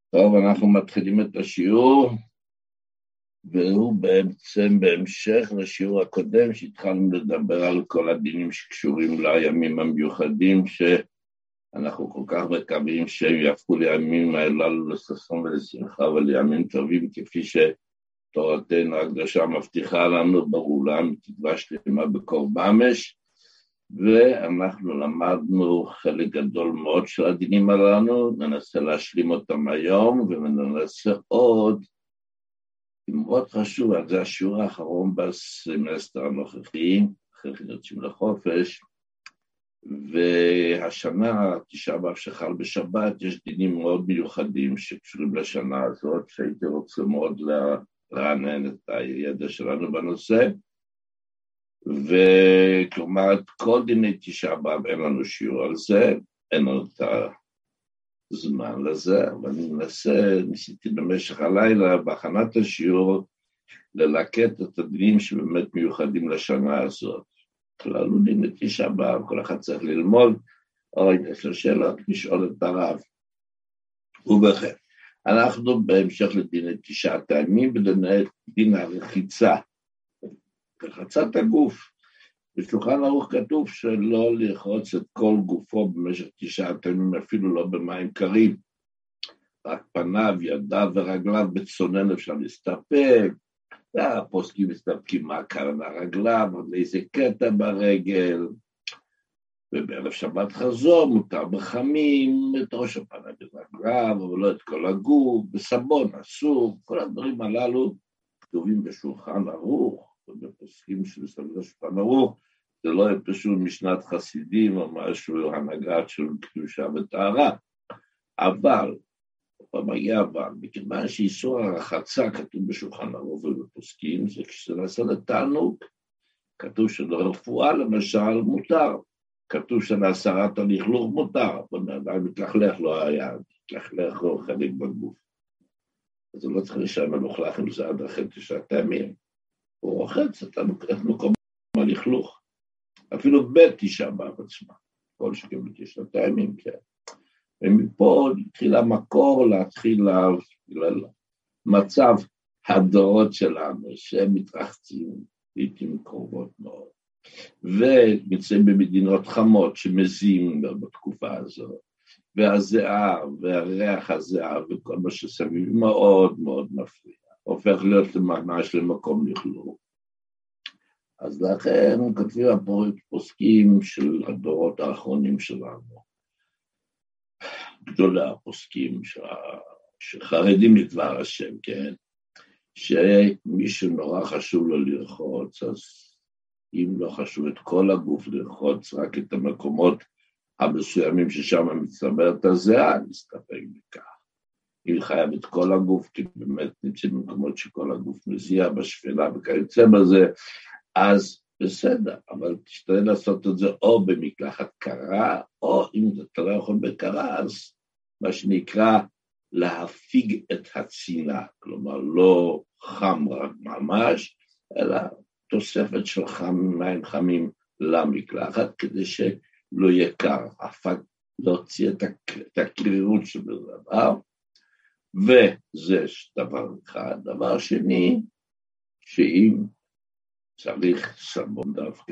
טוב, אנחנו מתחילים את השיעור, והוא בעצם בהמשך לשיעור הקודם, שהתחלנו לדבר על כל הדינים שקשורים לימים המיוחדים, שאנחנו כל כך מקווים שהם יהפכו לימים הללו לששון ולשמחה ולימים טובים, כפי שתורתנו הקדושה מבטיחה לנו בעולם, תקווה שלמה בקור ממש, ואנחנו למדנו חלק גדול מאוד של הדינים הללו, ננסה להשלים אותם היום, וננסה עוד, מאוד חשוב, זה השיעור האחרון בסמסטר הנוכחי, אחרי יוצאים לחופש, והשנה, תשעה באב שחל בשבת, יש דינים מאוד מיוחדים שקשורים לשנה הזאת, שהייתי רוצה מאוד לרענן את הידע שלנו בנושא, וכלומר, כל דיני תשעה באב אין לנו שיעור על זה, אין לנו את הזמן לזה, אבל ניסיתי במשך הלילה, בהכנת השיעור, ללקט את הדינים שבאמת מיוחדים לשנה הזאת. כללו דיני תשעה באב, כל אחד צריך ללמוד, או יש לו שאלות, לשאול את הרב. ובכן, אנחנו בהמשך לדיני תשעת הימים, בדין הרחיצה. רחצת הגוף. בשולחן ערוך כתוב שלא לרחוץ את כל גופו במשך 9 ימים, אפילו לא במים קרים. רק פניו, ידיו ורגליו בצונן אפשר להסתפק, והפוסקים מסתפקים מה קרן הרגליו, עוד איזה קטע ברגל, ובערב שבת חזור מותר בחמים, את ראש הפניו ורגליו, אבל לא את כל הגוף, בסבון אסור, כל הדברים הללו כתובים בשולחן ערוך, ובפוסקים של שולחן ערוך, זה לא פשוט משנת חסידים או משהו הנהגת של קדושה וטהרה, אבל, מכיוון שאיסור הרחצה כתוב בשולחן ערוך ובפוסקים, זה כשזה נעשה לתענוג, כתוב שלרפואה למשל מותר, כתוב שלהסרת הלכלוך מותר, אבל עדיין מתלכלך לא היה, מתלכלך לא חלק בגוף, אז הוא לא צריך להישאר מלוכלך עם זה עד אחרי 9 ימים. הוא רוחץ את מקום הלכלוך, אפילו בתשעה באב עצמה, כל שכם ב9 ימים, כן. ומפה התחיל המקור להתחיל למצב הדורות שלנו, שהם מתרחצים לעתים קרובות מאוד, ונמצאים במדינות חמות שמזיעים בתקופה הזאת, והזיעה והריח הזיעה וכל מה שסביב מאוד מאוד מפריע. הופך להיות ממש למקום לכלוך. אז לכן כותבים הפוסקים של הדורות האחרונים שלנו, גדולי הפוסקים שחרדים לדבר השם, כן? שמי שנורא חשוב לו לרחוץ, אז אם לא חשוב את כל הגוף לרחוץ, רק את המקומות המסוימים ששם מצטברת הזיעה, נסתפק בכך. היא חייב את כל הגוף, כי באמת נמצאים במקומות שכל הגוף מזיע בשפלה וכיוצא בזה, אז בסדר, אבל תשתדל לעשות את זה או במקלחת קרה, או אם אתה לא יכול בקרה, אז מה שנקרא להפיג את הצינה, כלומר לא חם רק ממש, אלא תוספת של מים חמים למקלחת, כדי שלא יהיה קר, להוציא את הקרירות שבדבר, וזה דבר אחד. דבר שני, שאם צריך סבון דווקא,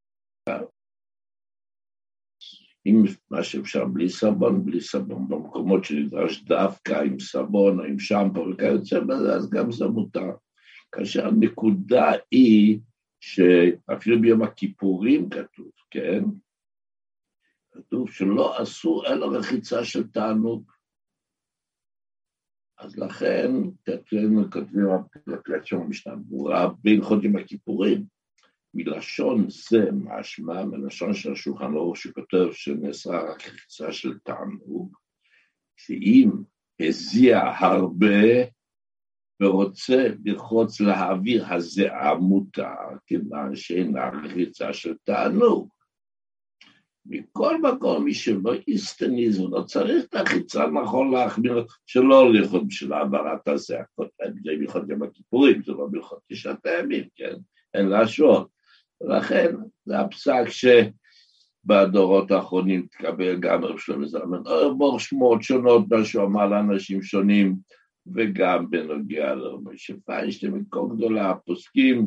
אם מה שאפשר בלי סבון, במקומות שנדרש דווקא עם סבון או עם שמפו וכיוצא בזה, אז גם זה מותר. כאשר הנקודה היא שאפילו ביום הכיפורים כתוב, כן? כתוב שלא אסור אלא רחיצה של תענוג. אז לכן, כתבים משנה ברורה, בהלכות יום הכיפורים, מלשון זה משמע, מלשון של השולחן ערוך שכותב שנאסרה רק רחיצה של תענוג, שאם הזיע הרבה ורוצה לרחוץ להעביר הזיעה מותר, כיוון שאינה רחיצה של תענוג. מכל מקום, מי שלא יסטניז, הוא לא צריך את החיצה, נכון להחמיר, שלא ללכות בשביל העברת הזה, זה מלכות יום הכיפורים, זה לא מלכות 9 ימים, כן? אין להשוות. ולכן, זה הפסק בדורות האחרונים תקבל גם רב שלמה זלמן אוירבך שמות שונות מה שהוא אמר לאנשים שונים, וגם בנוגע לרבי משה פיינשטיין וכל גדולי הפוסקים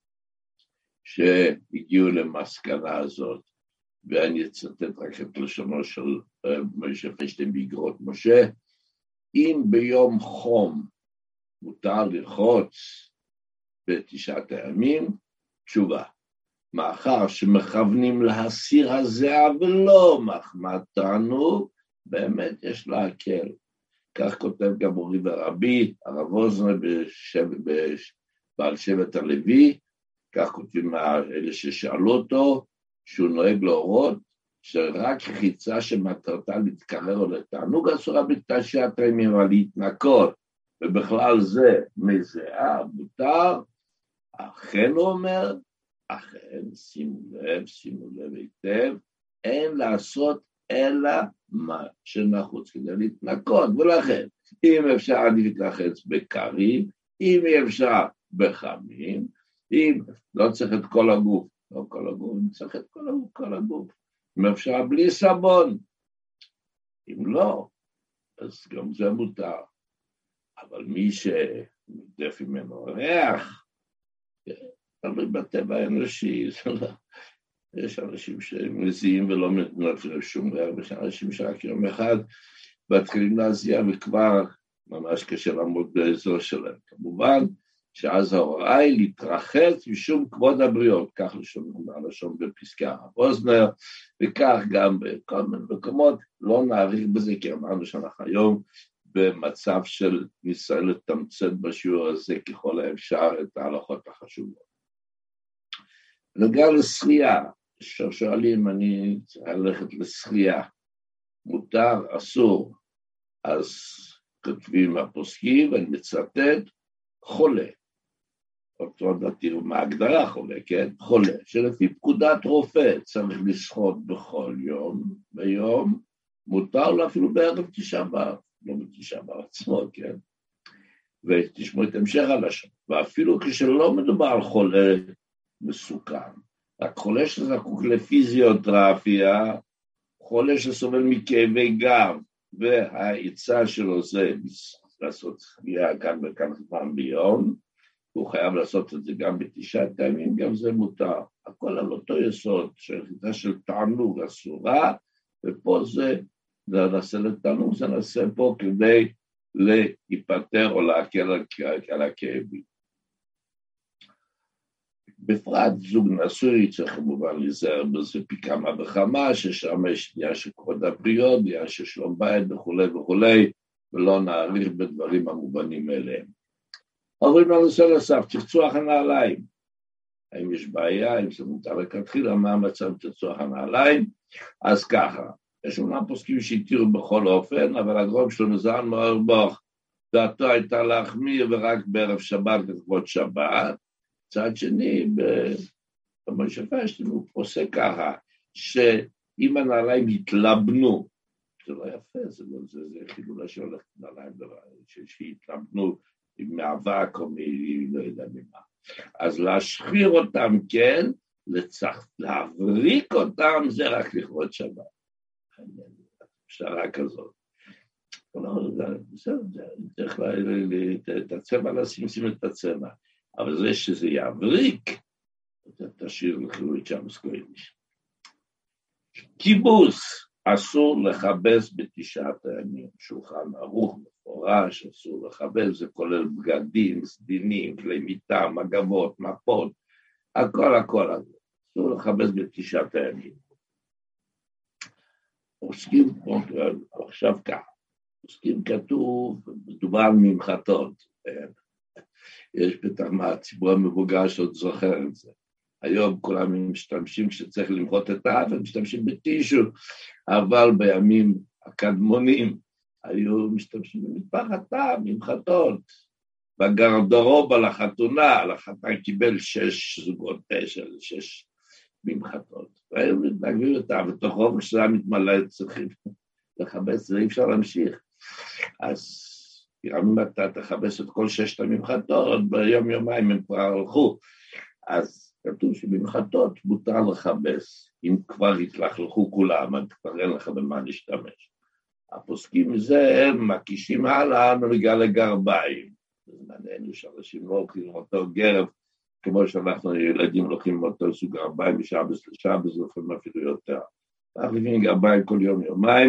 שהגיעו למסקנה הזאת. ואני אצטט רק את לשונו של משה פיינשטיין באגרות משה, אם ביום חום מותר לרחוץ בתשעת הימים, תשובה, מאחר שמכוונים להסיר הזיעה ולא מחמת תענוג, באמת יש להקל. כך כותב גם מורי ורבי, הרב אוזנר בעל שבט הלוי, כך כותבים אלה ששאלו אותו, שהוא נוהג להורות, שרק חיצה שמטרתה להתקרר או לתענוג אסורה בתשעת הימים, אבל להתנקות, ובכלל זה מזיעה מותר, אכן הוא אומר, אכן שימו לב היטב, אין לעשות אלא מה שנחוץ כדי להתנקות, ולכן אם אפשר להתרחץ בקרים, אם אפשר בחמים, אם לא צריך את כל הגוף, לא כל הגוף, צריך את כל הגוף, אם אפשר בלי סבון, אם לא, אז גם זה מותר, אבל מי שמדף ממנו ריח, תלוי בטבע האנושי, יש אנשים שמזיעים ולא מנפרים שום ריח, ויש אנשים שרק יום אחד מתחילים להזיע וכבר ממש קשה לעמוד באזור שלהם. כמובן שאז ההוראה היא להתרחץ משום כבוד הבריות, כך לשון בפסקה הרב אוזנר, וכך גם בכל מיני מקומות, לא נאריך בזה, כי אמרנו שאנחנו היום במצב של ניסיון לתמצת בשיעור הזה ככל האפשר את ההלכות החשובות. נוגע לשחייה, שואלים, אני צריך ללכת לשחייה, מותר, אסור, אז כותבים הפוסקים, ואני מצטט, חולה. אותו תראו מה ההגדרה חולה, כן? חולה, שלפי פקודת רופא צריך לשחות בכל יום ביום, מותר לו אפילו בערב תשעה באב, לא בתשעה באב עצמו, כן? ותשמעו את המשך הלשון, ואפילו כשלא מדובר על חולה מסוכן, רק חולה שזקוק לפיזיותרפיה, חולה שסובל מכאבי גב, והעיצה שלו זה לעשות שחייה כאן וכאן פעם ביום, הוא חייב לעשות את זה גם בתשעת הימים, גם זה מותר. הכל על אותו יסוד, שהחיטה של תענוג אסורה, ופה זה נעשה לתענוג, זה נעשה פה כדי להיפטר או להקל על הכאבים. בפרט זוג נשוי צריך כמובן להיזהר בזה פי כמה וכמה, ששם יש עניין של כבוד הבריות, עניין של שלום בית וכולי וכולי, ולא נאריך בדברים המובנים אליהם. עוברים לנושא נוסף, צחצוח הנעליים. האם יש בעיה, אם זה מותר לכתחילה, מה המצב צחצוח הנעליים? אז ככה, יש אומנם פוסקים שהתירו בכל אופן, אבל הגאון שלמה זלמן אוירבך, דעתו הייתה להחמיר ורק בערב שבת לכבוד שבת, צד שני, במשה פיינשטיין הוא עושה ככה, שאם הנעליים התלבנו, זה לא יפה, זה חילולה שהולך נעליים, שהתלבנו מאבק או לא יודע ממה. אז להשחיר אותם, כן, להבריק אותם, זה רק לכבוד שבת. שרה כזאת. בסדר, צריך את הצבע, לשים את הצבע. אבל זה שזה יבריק, תשאיר לחילולית שמס קודש. כיבוס, אסור לכבס בתשעת הימים, שולחן ערוך מפורש, אסור לכבס, זה כולל בגדים, סדינים, כלי מיטה, מגבות, מפות, הכל, אסור לכבס בתשעת הימים. עוסקים פה, עכשיו ככה, עוסקים כתוב, מדובר על ממחטות, יש בטח מהציבור המבוגר שעוד זוכר את זה. היום כולם משתמשים, כשצריך למחות את האף, הם משתמשים בטישו, אבל בימים הקדמונים היו משתמשים במטפחת טעם, ממחטות. בגרדרובה לחתונה, החתן קיבל 6 זוגות 6 ממחטות. והיום מתנגבים את האף, בתוך רוב כשזה היה מתמלא, צריכים לחבס, זה אי אפשר להמשיך. אז אם אתה תחבס את כל 6 הממחטות, ביום יומיים הם כבר הלכו. אז כתוב שבמחתות מותר לכבס, אם כבר התלכלכו כולם, אז כבר אין לך במה להשתמש. הפוסקים מזה הם מקישים הלאה בנוגע לגרביים. זה מעניין שאנשים לא הולכים אותו גרב, כמו שאנחנו ילדים לוקחים אותו סוג גרביים משבס לשבס, לפעמים אפילו יותר. אנחנו לפעמים גרביים כל יום יומיים,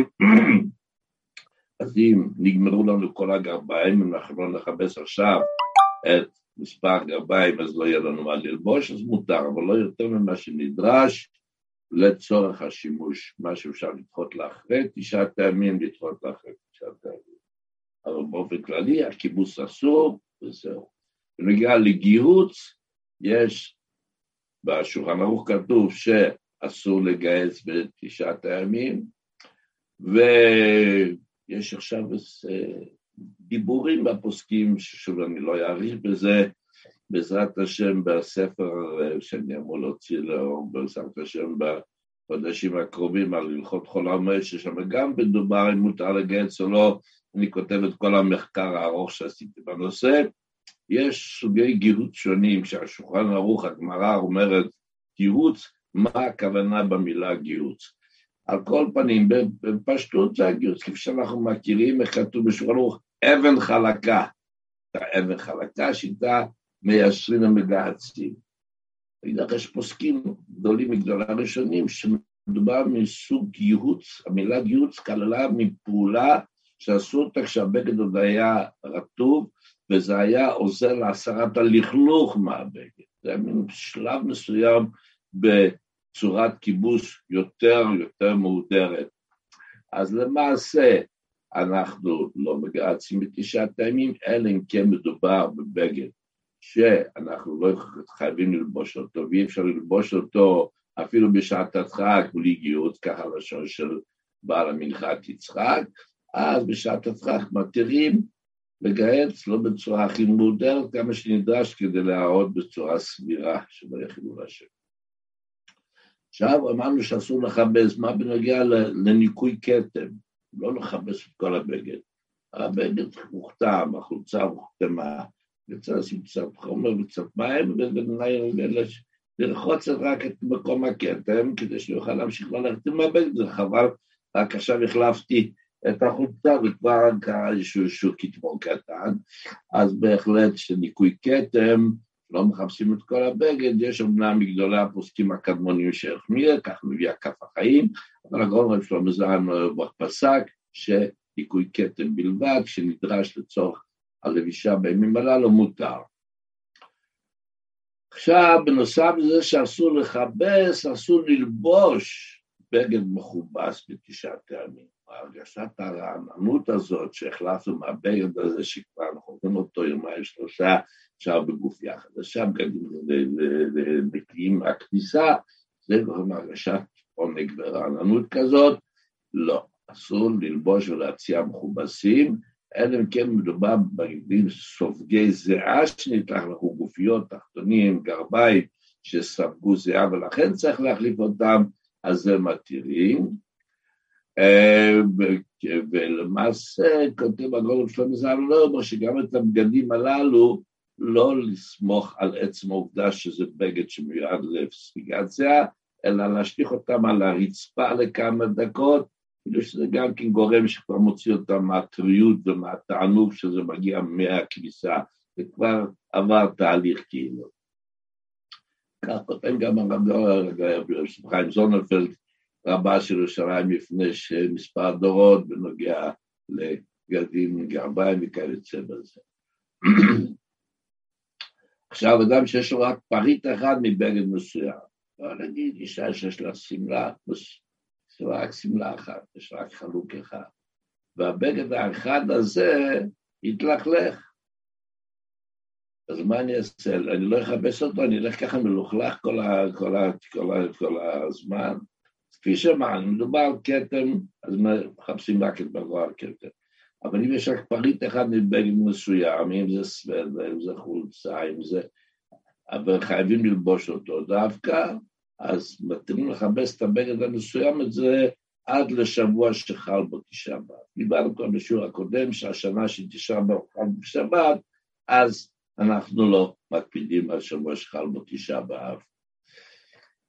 אז אם נגמרו לנו כל הגרביים, אם אנחנו לא נכבס עכשיו את מספר גרביים, אז לא יהיה לנו מה ללבוש, אז מותר, אבל לא יותר ממה שנדרש לצורך השימוש, מה שאפשר לדחות לאחרי 9 ימים, לדחות לאחרי 9 ימים. אבל באופן כללי, הכיבוס אסור, וזהו. בנוגע לגיהוץ, יש בשולחן ערוך כתוב שאסור לגייס ב9 ימים, ויש עכשיו דיבורים בפוסקים, ששוב אני לא אעריך בזה, בעזרת השם בספר שאני אמור להוציא לאור, בעזרת השם בחודשים הקרובים על הלכות חול המועד, ששם גם מדובר אם מותר לגייס או לא, אני כותב את כל המחקר הארוך שעשיתי בנושא. יש סוגי גיהוץ שונים, כשהשולחן ערוך הגמרא אומרת גיהוץ, מה הכוונה במילה גיהוץ? על כל פנים, בפשטות זה הגיהוץ, כפי שאנחנו מכירים, כתוב בשולחן ערוך, אבן חלקה. אבן חלקה, שיטה מיישרים ומגהצים. יש פוסקים גדולים מגדולי הראשונים, שמדובר מסוג גיהוץ, המילה גיהוץ כללה מפעולה, שעשו אותה כשהבגד עוד היה רטוב, וזה היה עוזר להסרת הלכלוך מהבגד. זה היה מין שלב מסוים בצורת כיבוש יותר מהודרת. אז למעשה אנחנו לא מגהצים ב9 ימים, אלא אם כן מדובר בבגד, שאנחנו לא חייבים ללבוש אותו, ואי אפשר ללבוש אותו אפילו בשעת הדחק, בלי גיהוץ, ככה לשון של בעל המנחת יצחק, אז בשעת הדחק מתירים לגהץ, לא בצורה הכי מודרת, כמה שנדרש כדי להראות בצורה סבירה, שלא יחילו לשם. עכשיו אמרנו שאסור לכבס, מה בנוגע לניקוי כתם, לא לכבס את כל הבגד. הבגד מוכתם, החולצה מוכתמה, וצריך לשים קצת חומר וקצת מים, ולרחוץ רק את מקום הכתם, כדי שיוכל להמשיך ללכת עם הבגד, זה חבל, רק עכשיו החלפתי את החולצה, וכבר קרה איזשהו כתמון קטן, אז בהחלט שניקוי כתם, לא מחפשים את כל הבגד, יש אמנם מגדולי הפוסקים הקדמונים שהחמיר, כך מביא הכף החיים, אבל הגאון שלמה זלמן אוירבך פסק, שניקוי כתם בלבד, שנדרש לצורך הלבישה בימים הללו מותר. עכשיו, בנוסף לזה שאסור לכבס, אסור ללבוש בגד מכובס ב9 ימים. הרגשת הרעננות הזאת שהחלפנו מהבגד הזה, שכבר אנחנו עובדים אותו 2-3, אפשר בגופיה חדשה, בגדים נקיים מהכניסה, זה כבר הרגשת עונג ורעננות כזאת, לא, אסור ללבוש ולהציע מכובסים, אלא אם כן מדובר בגדים סופגי זיעה שנתלכלכו גופיות, תחתונים, גרביים שספגו זיעה, ולכן צריך להחליף אותם, אז זה מתירים. ולמעשה כותב הגאון שלמה זלמן אוירבך שגם את הבגדים הללו לא לסמוך על עצם העובדה שזה בגד שמיועד לספיגת זיעה, אלא להשליך אותם על הרצפה לכמה דקות, כאילו שזה גם כן גורם שכבר מוציא אותם מהטריות ומהתענוג שזה מגיע מהכניסה, וכבר עבר תהליך כאילו. כך כותב גם הרב חיים זוננפלד, רבה של ירושלים לפני מספר דורות, בנוגע לבגדים, גרביים וכאלה צבע זה. עכשיו, אדם שיש לו רק פריט אחד מבגד מסוים, לא נגיד, אישה שיש לה סמלה, יש לה רק סמלה אחת, יש לה רק חלוק אחד, והבגד האחד הזה יתלכלך. אז מה אני אעשה? אני לא אחפש אותו, אני אלך ככה מלוכלך כל הזמן. כפי שאמרנו, מדובר על כתם, אז מחפשים רק את בגו על כתם. אבל אם יש רק פריט אחד מבגד מסוים, אם זה סוודר, אם זה חולצה, אם זה... אבל חייבים ללבוש אותו דווקא, אז מתחילים לחפש את הבגד המסוים הזה עד לשבוע שחל בו תשעה באב. דיברנו כבר בשיעור הקודם, שהשנה של תשעה באב חל בשבת, אז אנחנו לא מקפידים על שבוע שחל בו תשעה באב.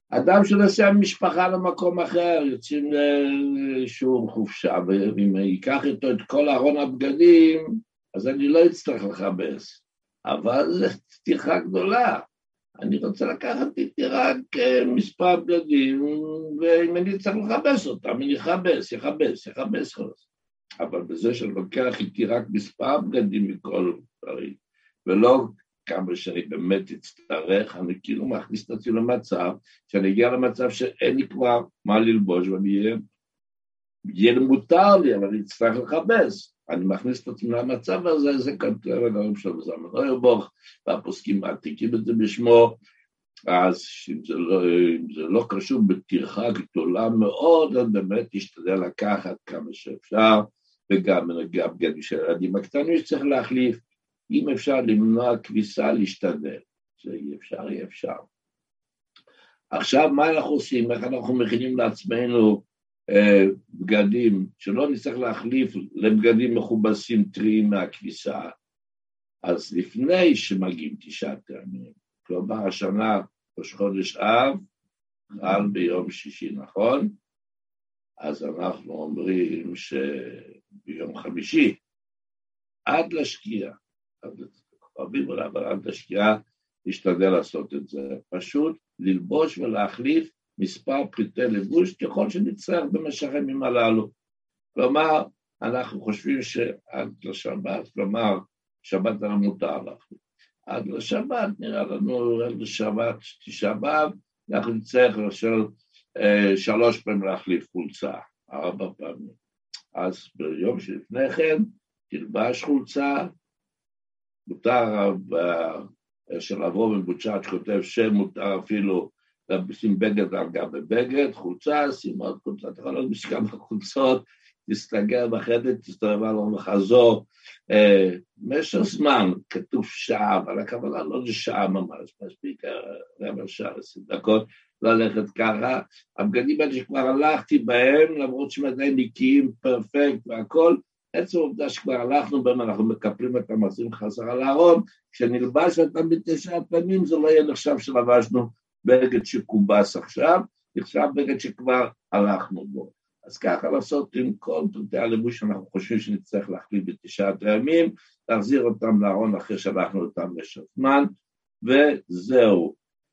אדם שנוסע משפחה למקום אחר, יוצאים לשיעור חופשה, ואם ייקח איתו את כל ארון הבגדים, אז אני לא אצטרך לכבס. אבל זו טרחה גדולה. אני רוצה לקחת איתי רק מספר בגדים, ואם אני צריך לכבס אותם, אני יכבס. אבל בזה שאני לוקח איתי רק מספר בגדים מכל דברים, ולא כמה שאני באמת אצטרך, אני כאילו מכניס את עצמי למצב, שאני אגיע למצב שאין לי כבר מה ללבוש, ואני יהיה מותר לי, אבל אני אצטרך לכבס. אני מכניס את עצמי למצב הזה, זה כתוב הגרים של זמן רויבוך, והפוסקים מעתיקים את זה בשמו, אז אם זה לא קשור בטרחה גדולה מאוד, אז באמת תשתדל לקחת כמה שאפשר, וגם בגדים של הילדים הקטנים שצריך להחליף, אם אפשר למנוע כביסה, להשתדל. זה אי אפשר. עכשיו, מה אנחנו עושים? איך אנחנו מכינים לעצמנו בגדים, שלא נצטרך להחליף לבגדים מכובסים טריים מהכביסה? אז לפני שמגיעים 9 ימים, כלומר השנה, ראש חודש אב, חל ביום שישי, נכון? אז אנחנו אומרים שביום חמישי, עד לשקיעה, אבל עד לשקיעה, נשתדל לעשות את זה. פשוט ללבוש ולהחליף מספר פריטי לבוש ככל שנצטרך במשך הימים הללו. כלומר, אנחנו חושבים שעד לשבת, כלומר, שבת לנו מותר להחליף. עד לשבת, נראה לנו עד לשבת, 9 באב, אנחנו נצטרך לשאול 3 פעמים להחליף חולצה, 4 פעמים. אז ביום שלפני כן, תלבש חולצה, מותר של אברום מבוצ'אץ' כותב שמותר אפילו לשים בגד על גבי בגד, חולצה, שים עוד חולצה, אתה יכול להלביש כמה חולצות, תסתגר בחדר, תסתובב הלוך וחזור, משך זמן, כתוב שעה, אבל הכוונה לא זה שעה ממש, מספיק רבע שעה, 20 דקות, ללכת ככה, הבגדים האלה שכבר הלכתי בהם, למרות שהם עדיין נקיים, פרפקט והכל, עצם העובדה שכבר הלכנו בהם, אנחנו מקפלים את המחזים חזרה לארון, כשנלבש אותם ב9 פעמים, זה לא יהיה נחשב שלבשנו בגד שקובס עכשיו, נחשב בגד שכבר הלכנו בו. אז ככה לעשות עם כל פרטי הלבוש שאנחנו חושבים שנצטרך להחליף ב9 ימים, להחזיר אותם לארון אחרי שהלכנו אותם במשך זמן, וזהו.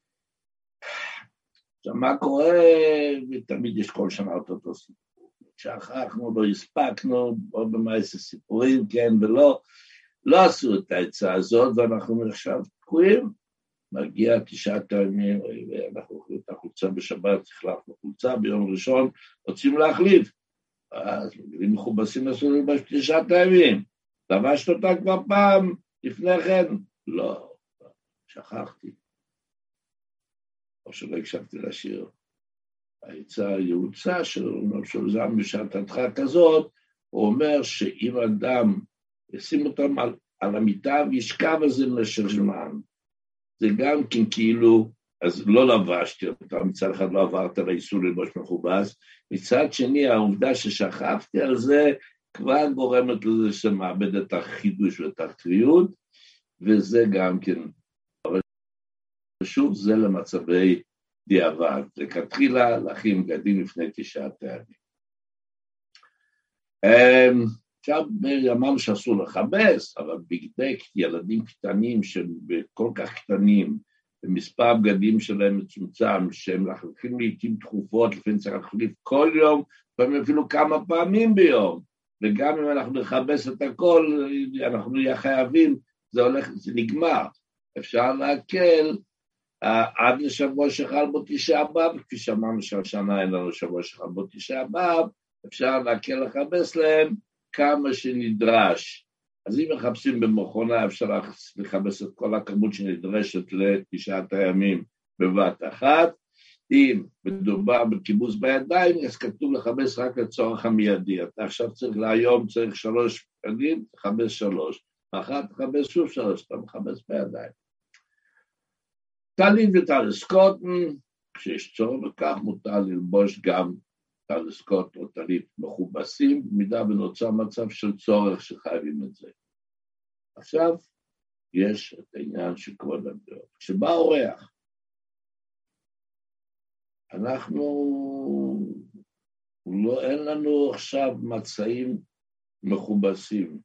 עכשיו מה קורה, ותמיד יש כל שנה אותו סיפור. שכחנו, לא הספקנו, או במעשה סיפורים, כן ולא, לא עשו את העצה הזאת, ואנחנו עכשיו תקועים, מגיע 9 ימים, ואנחנו אוכלים את החולצה בשבת, החלפנו חולצה, ביום ראשון רוצים להחליף, אז בגדים מכובסים עשו לבש 9 ימים, לבשת אותה כבר פעם לפני כן? לא, שכחתי, או שלא הקשבתי לשיר. העצה הייעוצה של זם בשעת הדחק כזאת, הוא אומר שאם אדם ישים אותם על המיטה וישכב על זה במשך זמן, זה גם כן כאילו, אז לא לבשתי אותם, מצד אחד לא עברת לאיסור ללבוש מכובס, מצד שני העובדה ששכבתי על זה כבר גורמת לזה שמאבד את החידוש ואת הטריות, וזה גם כן, אבל שוב זה למצבי דיעבד, לכתחילה להכין בגדים לפני 9 ימים. עכשיו אמרנו שאסור לכבס, אבל בגדי ילדים קטנים שהם כל כך קטנים, ומספר בגדים שלהם מצומצם, שהם להחליפים לעתים תכופות, לפעמים צריך להחליף כל יום, לפעמים אפילו כמה פעמים ביום, וגם אם אנחנו נכבס את הכל, אנחנו נהיה חייבים, זה נגמר. אפשר להקל עד לשבוע שחל בו 9 באב, כפי שאמרנו שהשנה אין לנו שבוע שחל בו 9 באב, אפשר להקל לכבס להם כמה שנדרש. אז אם מחפשים במכונה, אפשר לכבס את כל הכמות שנדרשת ל9 ימים בבת אחת. אם מדובר בכיבוס בידיים, אז כתוב לכבס רק לצורך המיידי. אתה עכשיו צריך להיום, צריך 3 בגדים, תכבס 3. אחת תכבס שוב 3, אתה מכבס בידיים. טלית וטלסקוטן, כשיש צורך בכך, מותר ללבוש גם טלסקוט או טלית מכובסים, במידה ונוצר מצב של צורך שחייבים את זה. עכשיו, יש את העניין של כבוד הדעות. כשבא אורח, אין לנו עכשיו מצעים מכובסים.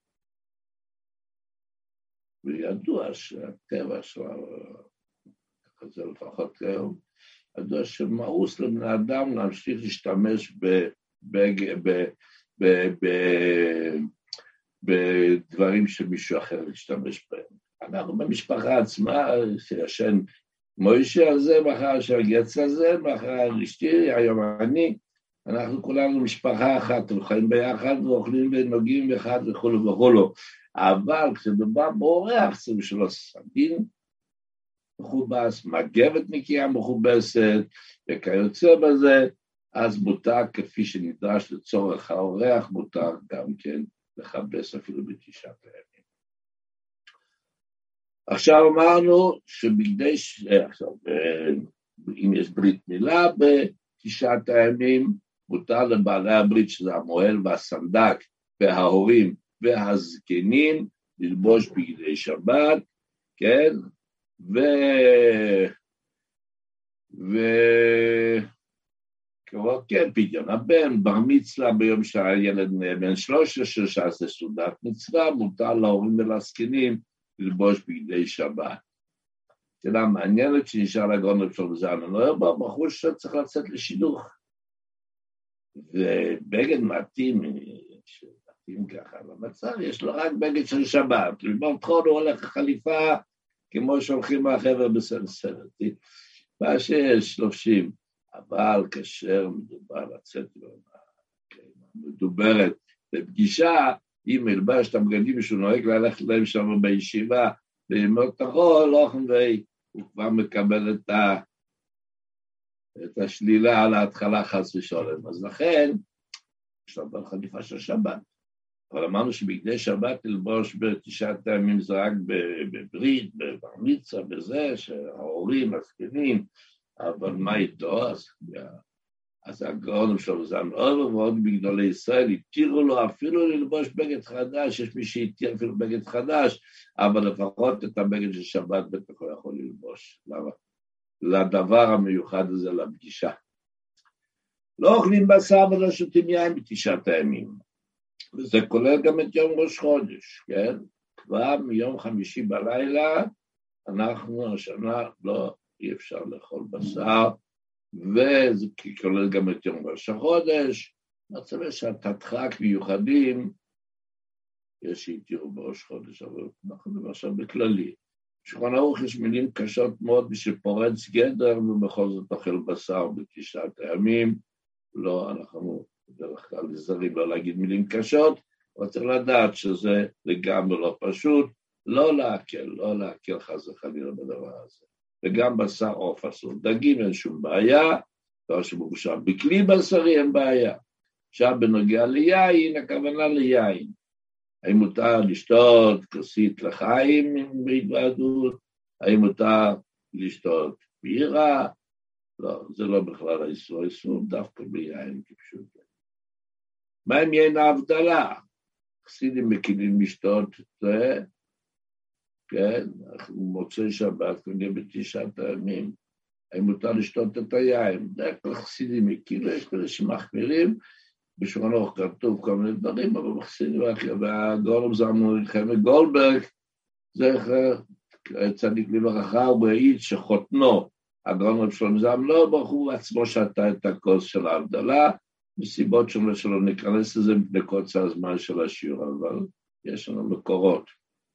וידוע שהטבע שלנו, זה לפחות היום, ידוע שמאוס לבן אדם להמשיך להשתמש בדברים שמישהו אחר להשתמש בהם. אנחנו במשפחה עצמה, שישן מוישה הזה, מחר שהגץ הזה, מחר אשתי, היום אני, אנחנו כולנו משפחה אחת, חיים ביחד ואוכלים ונוגעים אחד וכולו וכולו. אבל כשדובר באורח, צריך שלא סדין מכובס, מגבת נקייה מכובסת, וכיוצא בזה, אז מותר כפי שנדרש לצורך האורח, מותר גם כן לכבס אפילו בתשעת הימים. עכשיו אמרנו שבגדי, אם יש ברית מילה בתשעת הימים, מותר לבעלי הברית שזה המוהל והסנדק וההורים והזקנים ללבוש בגדי שבת, כן? כן, פדיון הבן, בר מצווה ביום שהילד בן 13 שעשה סעודת מצווה, מותר להורים ולזקנים ללבוש בגדי שבת. שאלה מעניינת שנשאר לגאון רב שלמה זלמן אוירבך, בחור שצריך לצאת לשידוך. ובגד מתאים ככה למצב, יש לו רק בגד של שבת, ובמתחון הוא הולך חליפה, כמו שהולכים מהחבר בסרט, מה שיש, לובשים, אבל כאשר מדובר לצאת מדוברת בפגישה, אם מלבש את הבגדים שהוא נוהג ללכת להם שם בישיבה, ללמוד את החול, הוא כבר מקבל את השלילה על ההתחלה חס ושלום. אז לכן, יש לו חליפה של שבת. אבל אמרנו שבגדי שבת ללבוש בתשעת הימים זה רק בברית, בבר מצווה, בזה, שההורים, הזקנים, אבל מה איתו? אז הגאון שלו זלמן אוירבך ועוד בגדולי ישראל התירו לו אפילו ללבוש בגד חדש, יש מי שהתיר אפילו בגד חדש, אבל לפחות את הבגד של שבת בטח הוא יכול ללבוש. למה? לדבר המיוחד הזה, לפגישה. לא אוכלים בשר ולא שותים יין בתשעת הימים. וזה כולל גם את יום ראש חודש, כן? כבר מיום חמישי בלילה, אנחנו השנה אי אפשר לאכול בשר, וזה כולל גם את יום ראש החודש, מצווה שהתדחק מיוחדים, יש שהתירו בראש חודש, אבל אנחנו דבר עכשיו בכללי. בשולחן ערוך יש מילים קשות מאוד, שפורץ גדר, ובכל זאת אוכל בשר בתשעת הימים, לא, אנחנו בדרך כלל נזהרים לא להגיד מילים קשות, אבל צריך לדעת שזה לגמרי לא פשוט, לא להקל חס וחלילה בדבר הזה. וגם בשר עוף אסור, דגים אין שום בעיה, לא שמוגשר בכלי בשרי אין בעיה. עכשיו בנוגע ליין, הכוונה ליין. האם מותר לשתות כוסית לחיים בהתוועדות? האם מותר לשתות בירה? לא, זה לא בכלל האיסור, דווקא ביין כפשוט. מה עם יין ההבדלה? חסידים מכירים לשתות זה, כן, מוצאי שבת, כנראה בתשעת הימים, האם מותר לשתות את היין? דרך כלל חסידים מכירים, יש כאלה שמחמירים, בשולחן ערוך כתוב כל מיני דברים, אבל חסידים, והגאון זלמן גולדברג, זכר צדיק לברכה, הוא העיד שחותנו, הגאון רב שלמה זלמן אוירבך, הוא עצמו שתה את הכוס של ההבדלה, מסיבות שלא ניכנס לזה בקוצר הזמן של השיעור, אבל יש לנו מקורות.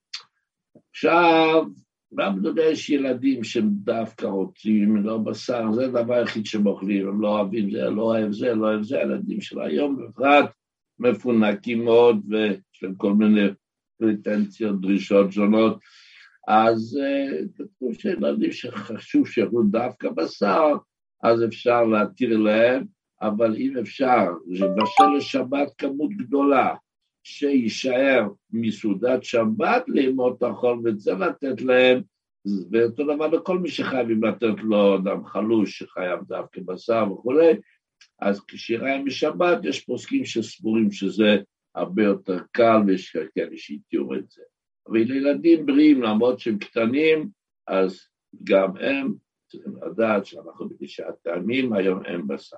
עכשיו, גם יש ילדים שהם דווקא רוצים, לא בשר, זה הדבר היחיד שהם אוכלים, הם לא אוהבים זה, לא אוהב זה, לא אוהב זה, הילדים של היום בפרט מפונקים מאוד, ויש להם כל מיני פריטנציות, דרישות שונות, אז כתוב שילדים שחשוב שיאכלו דווקא בשר, אז אפשר להתיר להם, אבל אם אפשר, לבשל לשבת כמות גדולה, שישאר מסעודת שבת לימות החול, ואת זה לתת להם, ואותו דבר לכל מי שחייבים לתת לו אדם חלוש, שחייב דווקא בשר וכו', אז כשיריים בשבת, יש פוסקים שסבורים שזה הרבה יותר קל, ויש כאלה שהתיאור את זה. אבל לילדים בריאים, למרות שהם קטנים, אז גם הם צריכים לדעת שאנחנו בתשעת טעמים, היום אין בשר.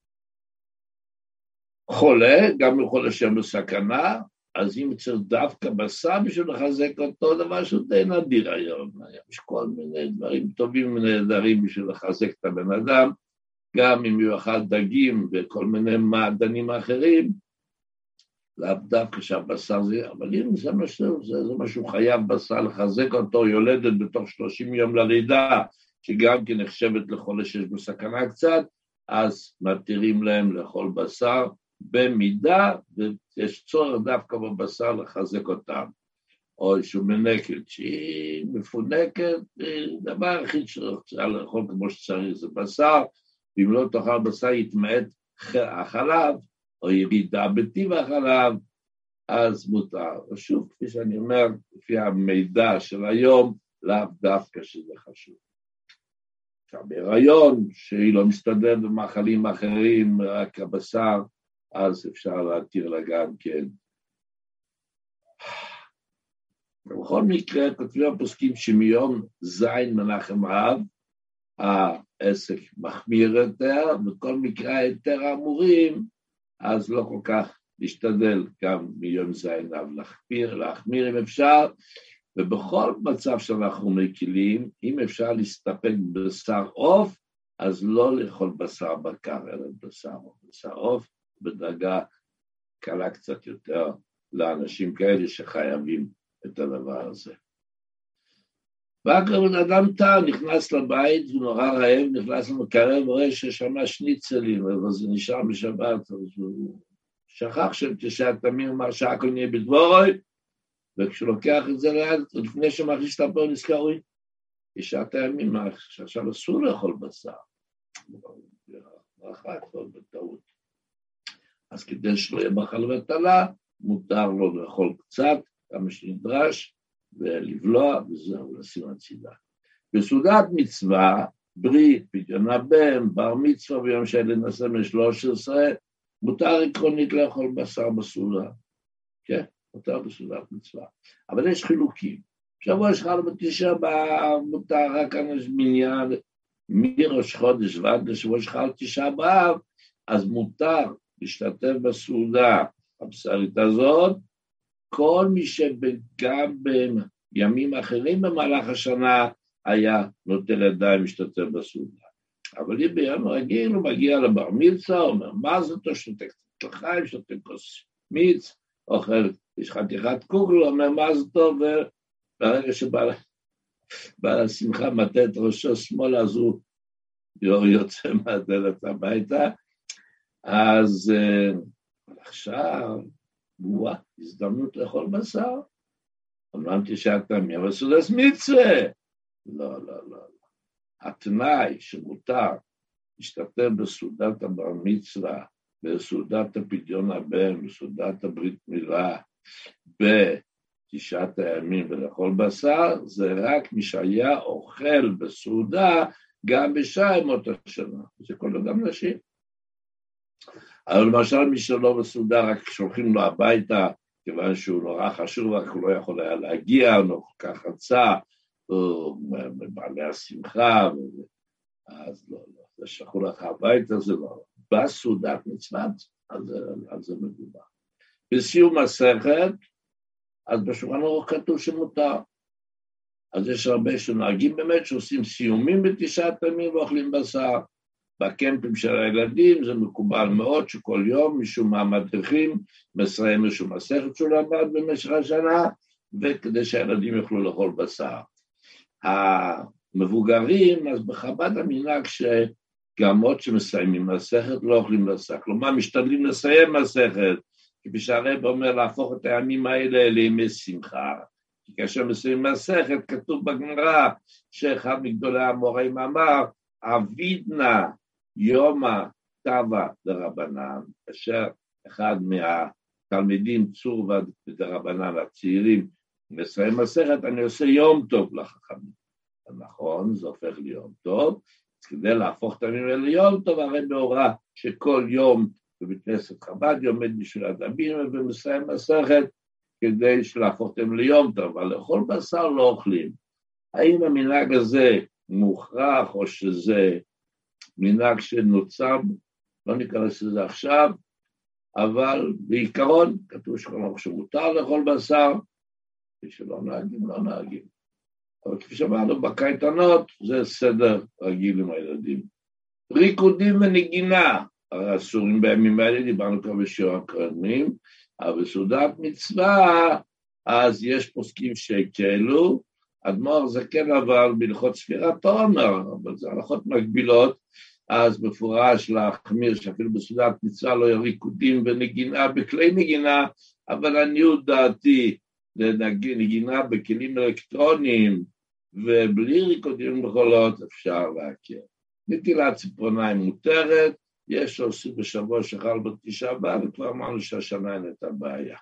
חולה, גם יכול לשם בסכנה, אז אם צריך דווקא בשר בשביל לחזק אותו, דבר שהוא די נדיר היום. יש כל מיני דברים טובים ונהדרים בשביל לחזק את הבן אדם, גם אם יאכל דגים וכל מיני מעדנים אחרים, לאו דווקא שהבשר זה, אבל אם זה משהו חייב בשר לחזק אותו, יולדת בתוך 30 יום ללידה, שגם כן נחשבת לחולה שיש בסכנה קצת, אז מתירים להם לאכול בשר, במידה ויש צורך דווקא בבשר לחזק אותם. או איזשהו מנקת שהיא מפונקת, דבר הכי שרוצה לאכול כמו שצריך זה בשר, ואם לא תאכל בשר יתמעט החלב, או ירידה בטיב החלב, אז מותר. ושוב, כפי שאני אומר, לפי המידע של היום, לאו דווקא שזה חשוב. בהיריון, שהיא לא מסתדרת במאכלים אחרים, רק הבשר, אז אפשר להתיר לה גם כן. בכל מקרה, כותבים הפוסקים שמיום זין מנחם אב, העסק מחמיר יותר, בכל מקרה היתר האמורים, אז לא כל כך להשתדל גם מיום זין אב להחמיר אם אפשר, ובכל מצב שאנחנו מקילים, אם אפשר להסתפק בשר עוף, אז לא לאכול בשר בקר, אלא בשר עוף, בדרגה קלה קצת יותר לאנשים כאלה שחייבים את הדבר הזה. ואגב, אדם תא נכנס לבית, הוא נורא רעב, נכנס למקרב, ורואה ששמה שניצלים, אבל זה נשאר בשבת, אז הוא שכח שתשעת תמיר אמר שהכל נהיה בדבורוי, וכשהוא לוקח את זה ליד, לפני שמכניס את הפה, נזכר, תשעת הימים, שעכשיו אסור לאכול בשר. ברכה הכל בטעות. אז כדי שלא יהיה מחל וטלה, מותר לו לאכול קצת, כמה שנדרש, ולבלוע, וזהו, לשים הצידה. בסעודת מצווה, ברית, פדיון הבן, בר מצווה ביום שהילד נעשה מ-13, מותר עקרונית לאכול בשר בסעודה. כן, מותר בסעודת מצווה. אבל יש חילוקים. שבוע שחל בתשעה באב, מותר רק מניין, מראש חודש ועד לשבוע שחל תשעה באב, אז מותר להשתתף בסעודה הבשרית הזאת, כל מי שגם בימים אחרים במהלך השנה היה נוטל ידיים משתתף בסעודה. אבל אם ביום רגיל הוא מגיע לבר מצווה, אומר מה זה אותו, שותה קצת לחיים, שותה כוס מיץ, אוכל, יש חתיכת קוגל, אומר מה זה טוב, וברגע שבעל השמחה מטה את ראשו שמאלה, אז הוא יוצא מהדלת הביתה, אז עכשיו, הזדמנות לאכול בשר, אמרם תשעת תמיר, אבל סעודת מצווה. לא. התנאי שמותר להשתתף בסעודת הבר מצווה, בסעודת הפדיון הבן, בסעודת הברית מילה, בתשעת הימים ולאכול בשר, זה רק מי שהיה אוכל בסעודה, גם בשעה ימות השנה. זה כל אדם נשים. אבל למשל מי שלא בסעודה, רק שולחים לו הביתה, כיוון שהוא נורא חשוב, רק הוא לא יכול היה להגיע, הוא כל כך רצה, הוא מבעלי השמחה, אז לא, זה שלחו לך הביתה, זה לא. בסעודת מצוות, אז זה מדובר. בסיום מסכת, אז בשולחן ערוך כתוב שמותר. אז יש הרבה שנוהגים באמת שעושים סיומים בתשעת ימים ואוכלים בשר. בקמפים של הילדים זה מקובל מאוד שכל יום משום מהמדריכים מסיים משום מסכת שהוא למד במשך השנה, וכדי שהילדים יוכלו לאכול בשר. המבוגרים, אז בחב"ד המנהג שגם עוד שמסיימים מסכת לא אוכלים בשר, כלומר משתדלים לסיים מסכת, כפי שהרב אומר להפוך את הימים האלה לימי שמחה, כי כאשר מסיים מסכת כתוב בגמרא שאחד מגדולי האמוראים אמר, אבידנה יומא טבא דרבנן, כאשר אחד מהתלמידים צור ודרבנן הצעירים מסיים מסכת, אני עושה יום טוב לחכמים. נכון, זה הופך ליום טוב, אז כדי להפוך את הימים האלה ליום טוב, הרי בהוראה שכל יום בבית כנסת חב"ד עומד בשביל הדמים ומסיים מסכת, כדי להפוך אותם ליום טוב, אבל לאכול בשר לא אוכלים. האם המנהג הזה מוכרח או שזה מנהג שנוצר, לא ניכנס לזה עכשיו, אבל בעיקרון כתוב שמותר לאכול בשר, ושלא נהגים, לא נהגים. אבל כפי שאמרנו, בקייטנות זה סדר רגיל עם הילדים. ריקודים ונגינה, הרי אסורים בימים האלה, דיברנו כבר בשיעור הקודמים, אבל בסעודת מצווה, אז יש פוסקים שכאלו, אדמו"ר זקן אבל בהלכות ספירת העומר, אבל זה הלכות מקבילות, אז מפורש להחמיר שאפילו בסעודת מצווה לא יהיו ריקודים ונגינה בכלי נגינה, אבל עניות דעתי לנגינה בכלים אלקטרוניים ובלי ריקודים בחולות אפשר להכיר. נטילת ציפורניים מותרת, יש שעושים בשבוע שחל בתשעה באב, וכבר אמרנו שהשנה אין את הבעיה.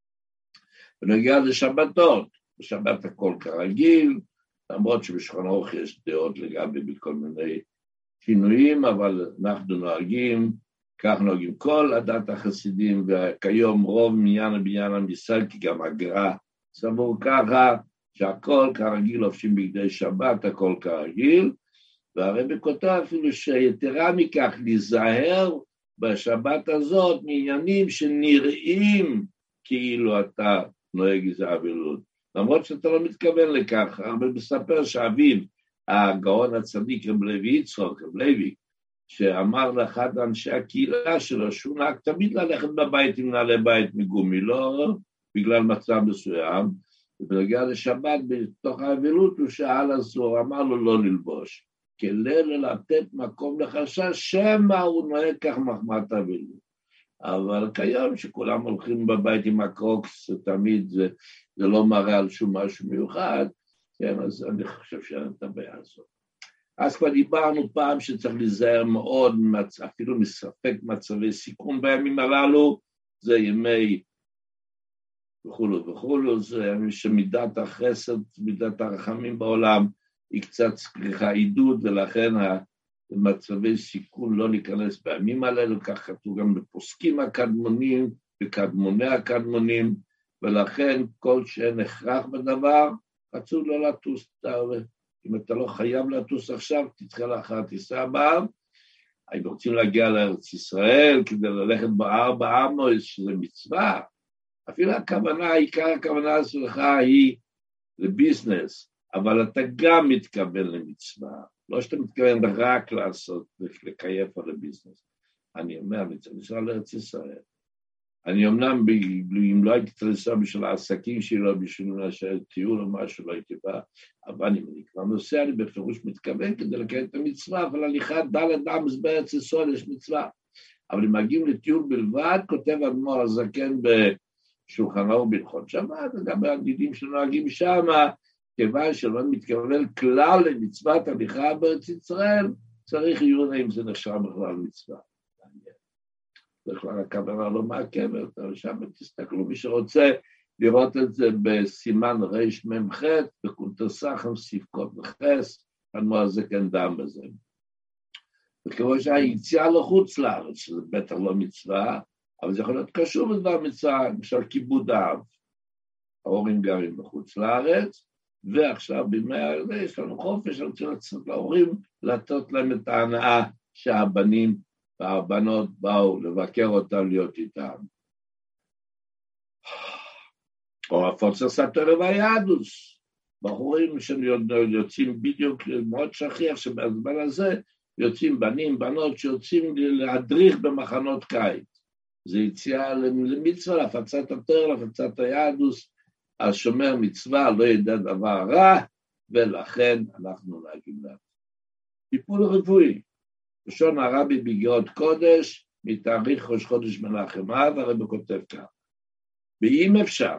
ונגיע לשבתות, בשבת הכל כרגיל, למרות שבשולחן ערוך יש דעות לגבי בכל מיני שינויים, אבל אנחנו נוהגים, כך נוהגים כל הדת החסידים, וכיום רוב מניין הבניין המסל, כי גם הגר"א סבור ככה, שהכל כרגיל, לובשים בגדי שבת, הכל כרגיל, והרבי כותב אפילו שיתרה מכך להיזהר בשבת הזאת מעניינים שנראים כאילו אתה נוהג איזה אבילות. למרות שאתה לא מתכוון לכך, הרבה מספר שאביו, הגאון הצדיק רב לוי יצחק, רב לוי, שאמר לאחד אנשי הקהילה שלו, שהוא נהג תמיד ללכת בבית עם נעלי בית מגומי, לא בגלל מצב מסוים, ובנגיע לשבת בתוך האבילות הוא שאל אסור, אמר לו לא ללבוש, כדי לתת מקום לחשש שמא הוא נוהג כך מחמת אבילות. אבל כיום שכולם הולכים בבית עם הקרוקס, תמיד זה לא מראה על שום משהו מיוחד, כן, אז אני חושב שאין את הבעיה הזאת. אז כבר דיברנו פעם שצריך להיזהר מאוד, אפילו מספק מצבי סיכון בימים הללו, זה ימי וכולו וכולו, זה ימים שמידת החסד, מידת הרחמים בעולם, היא קצת צריכה עידוד, ולכן מצבי סיכון לא להיכנס בימים הללו, כך כתוב גם בפוסקים הקדמונים, בקדמוני הקדמונים, ולכן כל שאין הכרח בדבר, רצו לא לטוס, אם אתה לא חייב לטוס עכשיו, תתחיל לאחר הטיסה הבאה, אם רוצים להגיע לארץ ישראל, כדי ללכת בהר באמנויס, שזה מצווה, אפילו הכוונה, עיקר הכוונה שלך היא לביזנס, אבל אתה גם מתכוון למצווה, לא שאתה מתכוון רק לעשות, לקייף על הביזנס. אני אומר, אני צריך לנסוע לארץ ישראל. אני אמנם, אם לא הייתי צריך לנסוע בשביל העסקים שלו, בשביל טיול או משהו, לא הייתי בא, אבל אני כבר נוסע, אני בפירוש מתכוון כדי לקיים את המצווה, אבל הליכת דלת אמס בארץ ישראל יש מצווה. אבל אם מגיעים לטיול בלבד, כותב אדמו"ר הזקן בשולחן ערוך בהלכות שבת, וגם הידידים שנוהגים שם, כיוון שלא מתכוון כלל למצוות הליכה בארץ ישראל, צריך עיון אם זה נחשב בכלל מצווה. בכלל הכוונה לא מעכבת, אבל שם תסתכלו, מי שרוצה לראות את זה בסימן רמ"ח, בקונטרסחם סיפקות וחס, אדמו"ר הזקן דן בזה. וכמו שהיציאה לחוץ לארץ, שזה בטח לא מצווה, אבל זה יכול להיות קשור לדבר מצווה, למשל כיבוד האב. ההורים גרים בחוץ לארץ, ועכשיו בימי האלה יש לנו חופש, אני רוצה לצאת להורים, לתת להם את ההנאה שהבנים והבנות באו לבקר אותם, להיות איתם. או הפוצה סתר והיהדוס, בחורים שיוצאים בדיוק, מאוד שכיח שבזמן הזה יוצאים בנים, בנות שיוצאים להדריך במחנות קיץ. זה יציאה למצווה, להפצת התורה, להפצת היהדוס, השומר מצווה לא ידע דבר רע, ולכן אנחנו נהגים לה. טיפול רפואי, ראשון הרבי בגאות קודש, מתאריך ראש חודש מנחם אב, הרבי כותב כך, ואם אפשר,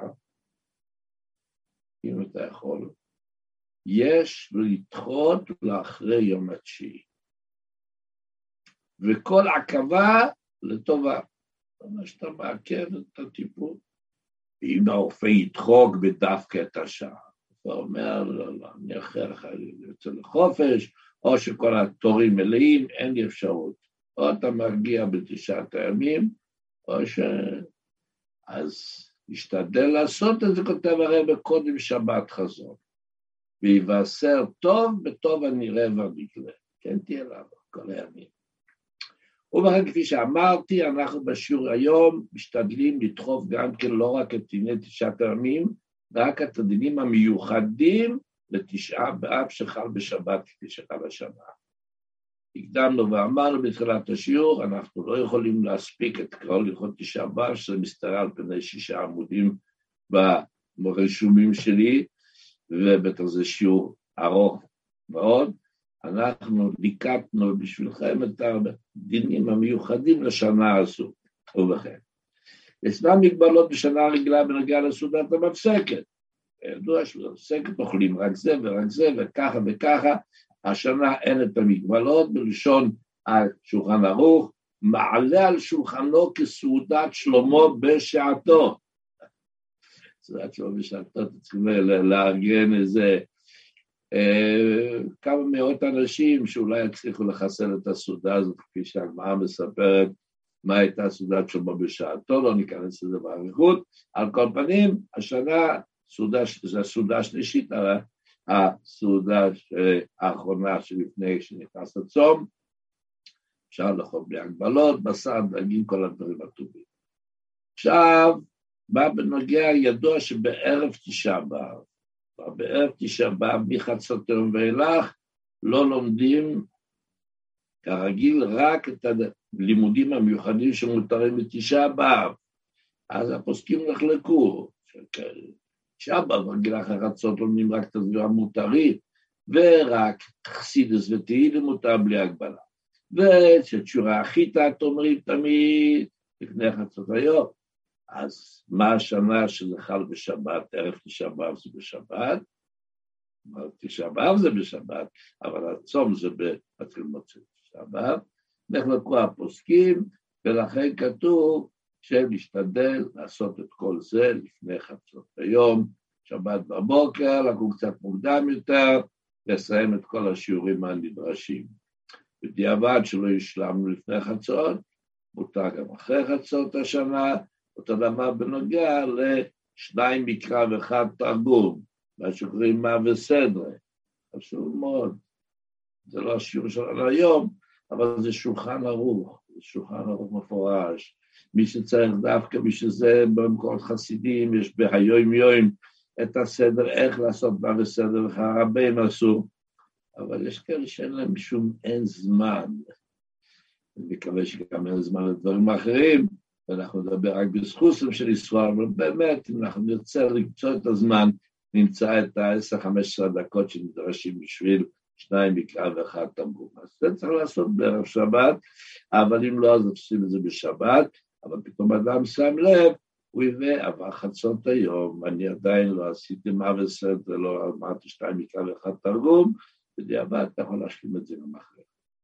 אם אתה יכול, יש לדחות לאחרי יום התשיעי. וכל עכבה לטובה. זאת אומרת שאתה מעכב את הטיפול. אם הרופא ידחוק בדווקא את השעה, הוא אומר, לא, אני אחר לך, אני יוצא לחופש, או שכל התורים מלאים, אין לי אפשרות. או אתה מרגיע בתשעת הימים, או ש... אז נשתדל לעשות את זה, כותב הרב קודם שבת חזור. ויבשר טוב בטוב הנראה והנגלה. כן, תהיה לנו כל הימים. ובכן, כפי שאמרתי, אנחנו בשיעור היום משתדלים לדחוף גם כן לא רק את דיני תשעת הימים, רק את הדינים המיוחדים לתשעה באב שחל בשבת כפי שחל השנה. הקדמנו ואמרנו בתחילת השיעור, אנחנו לא יכולים להספיק את כל הלכות תשעה באב, שזה מסתכל על פני 6 עמודים ברשומים שלי, ובטח זה שיעור ארוך מאוד. אנחנו ליקטנו בשבילכם את הדינים המיוחדים לשנה הזו. ובכן, ישנן מגבלות בשנה רגילה בנוגע לסעודת המפסקת. ידוע שבמפסקת אוכלים רק זה ורק זה וככה וככה. השנה אין את המגבלות, בלשון השולחן ערוך, מעלה על שולחנו כסעודת שלמה בשעתו. סעודת שלמה בשעתו, צריכים לארגן איזה כמה מאות אנשים שאולי יצליחו לחסל את הסעודה הזאת, כפי שהגמרא מספרת מה הייתה סעודת שלמה בשעתו, לא ניכנס לזה באריכות. על כל פנים, השנה זו הסעודה השלישית, הסעודה האחרונה שלפני שנכנס לצום, אפשר לאכול בלי הגבלות, בשר, דגים, כל הדברים הטובים. עכשיו, מה בנוגע ידוע שבערב תשעה באב, בערב תשעה באב מחצות היום ואילך, לא לומדים כרגיל רק את הלימודים המיוחדים שמותרים בתשעה באב. אז הפוסקים נחלקו, תשעה באב רגיל אחרי חצות לומדים רק את הדברים המותרים, ורק חסידות ותהילים מותר בלי הגבלה. וששיעורי החיטת אומרים תמיד לפני חצות היום. אז מה השנה שזה חל בשבת, ערב תשעה באב זה בשבת, תשעה באב זה בשבת, אבל הצום זה מתחיל מוצאי תשעה באב, נחלקו הפוסקים, ולכן כתוב שנשתדל לעשות את כל זה לפני חצות היום, שבת בבוקר, לקום קצת מוקדם יותר, לסיים את כל השיעורים הנדרשים. בדיעבד שלא ישלמנו לפני חצות, מותר גם אחרי חצות השנה, אותו דבר בנוגע לשניים מקרא ואחד תרגום, מה שקוראים מה וסדרה. חשוב מאוד. זה לא השיעור שלנו היום, אבל זה שולחן ערוך, זה שולחן ערוך מפורש. מי שצריך דווקא, מי שזה במקורות חסידים, יש בהיום יום את הסדר, איך לעשות מה וסדר, והרבים עשו. אבל יש כאלה שאין להם שום אין זמן. אני מקווה שגם אין זמן לדברים אחרים, ואנחנו נדבר רק בזכוסם של ישראל, אבל באמת, אם אנחנו נרצה למצוא את הזמן, נמצא את ה-10-15 דקות שנדרשים בשביל שניים מקרא ואחד תרגום. אז זה צריך לעשות בערב שבת, אבל אם לא, אז עושים את זה בשבת, אבל פתאום אדם שם לב, הוא יראה, עבר חצות היום, אני עדיין לא עשיתי מה וסדר, לא אמרתי שניים מקרא ואחד תרגום, בדיעבד אתה יכול להשלים את זה גם אחרי.